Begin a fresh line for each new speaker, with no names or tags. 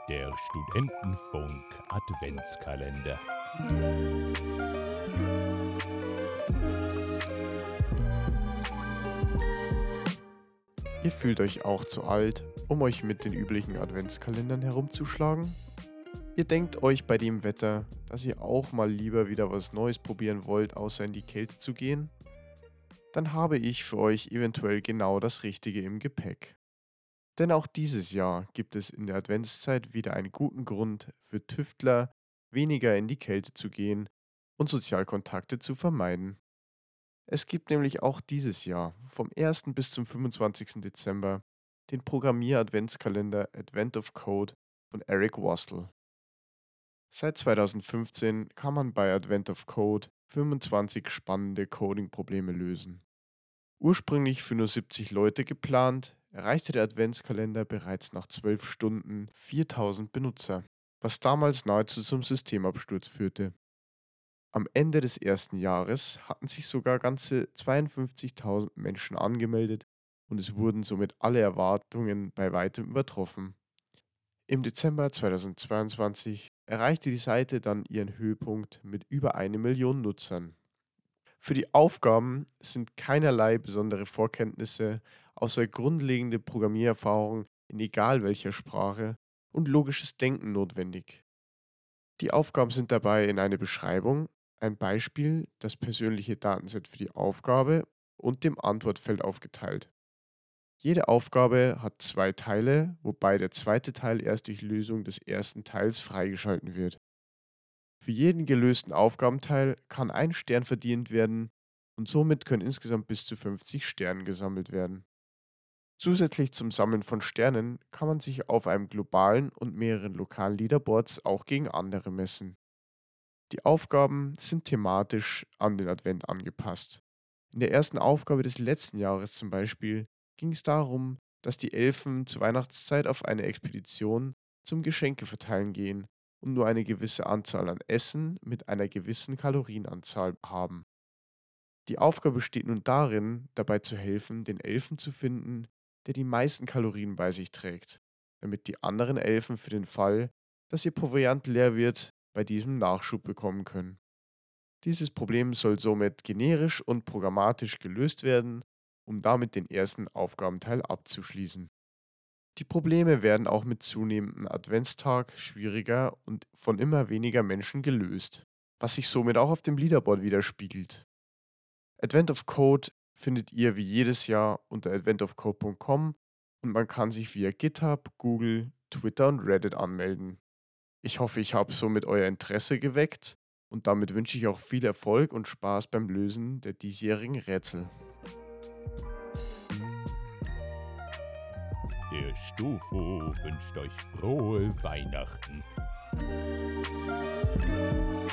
Der Studentenfunk Adventskalender.
Ihr fühlt euch auch zu alt, um euch mit den üblichen Adventskalendern herumzuschlagen? Ihr denkt euch bei dem Wetter, dass ihr auch mal lieber wieder was Neues probieren wollt, außer in die Kälte zu gehen? Dann habe ich für euch eventuell genau das Richtige im Gepäck. Denn auch dieses Jahr gibt es in der Adventszeit wieder einen guten Grund für Tüftler, weniger in die Kälte zu gehen und Sozialkontakte zu vermeiden. Es gibt nämlich auch dieses Jahr vom 1. bis zum 25. Dezember den Programmier-Adventskalender Advent of Code von Eric Wastel. Seit 2015 kann man bei Advent of Code 25 spannende Coding-Probleme lösen. Ursprünglich für nur 70 Leute geplant, erreichte der Adventskalender bereits nach 12 Stunden 4000 Benutzer, was damals nahezu zum Systemabsturz führte. Am Ende des ersten Jahres hatten sich sogar ganze 52.000 Menschen angemeldet und es wurden somit alle Erwartungen bei weitem übertroffen. Im Dezember 2022 erreichte die Seite dann ihren Höhepunkt mit über 1 Million Nutzern. Für die Aufgaben sind keinerlei besondere Vorkenntnisse außer grundlegende Programmiererfahrung in egal welcher Sprache und logisches Denken notwendig. Die Aufgaben sind dabei in eine Beschreibung, ein Beispiel, das persönliche Datenset für die Aufgabe und dem Antwortfeld aufgeteilt. Jede Aufgabe hat 2 Teile, wobei der zweite Teil erst durch Lösung des ersten Teils freigeschalten wird. Für jeden gelösten Aufgabenteil kann ein Stern verdient werden und somit können insgesamt bis zu 50 Sterne gesammelt werden. Zusätzlich zum Sammeln von Sternen kann man sich auf einem globalen und mehreren lokalen Leaderboards auch gegen andere messen. Die Aufgaben sind thematisch an den Advent angepasst. In der ersten Aufgabe des letzten Jahres zum Beispiel ging es darum, dass die Elfen zur Weihnachtszeit auf eine Expedition zum Geschenkeverteilen gehen und nur eine gewisse Anzahl an Essen mit einer gewissen Kalorienanzahl haben. Die Aufgabe besteht nun darin, dabei zu helfen, den Elfen zu finden, der die meisten Kalorien bei sich trägt, damit die anderen Elfen für den Fall, dass ihr Proviant leer wird, bei diesem Nachschub bekommen können. Dieses Problem soll somit generisch und programmatisch gelöst werden, um damit den ersten Aufgabenteil abzuschließen. Die Probleme werden auch mit zunehmendem Adventstag schwieriger und von immer weniger Menschen gelöst, was sich somit auch auf dem Leaderboard widerspiegelt. Advent of Code findet ihr wie jedes Jahr unter adventofcode.com und man kann sich via GitHub, Google, Twitter und Reddit anmelden. Ich hoffe, ich habe somit euer Interesse geweckt und damit wünsche ich auch viel Erfolg und Spaß beim Lösen der diesjährigen Rätsel.
Der Stufo wünscht euch frohe Weihnachten.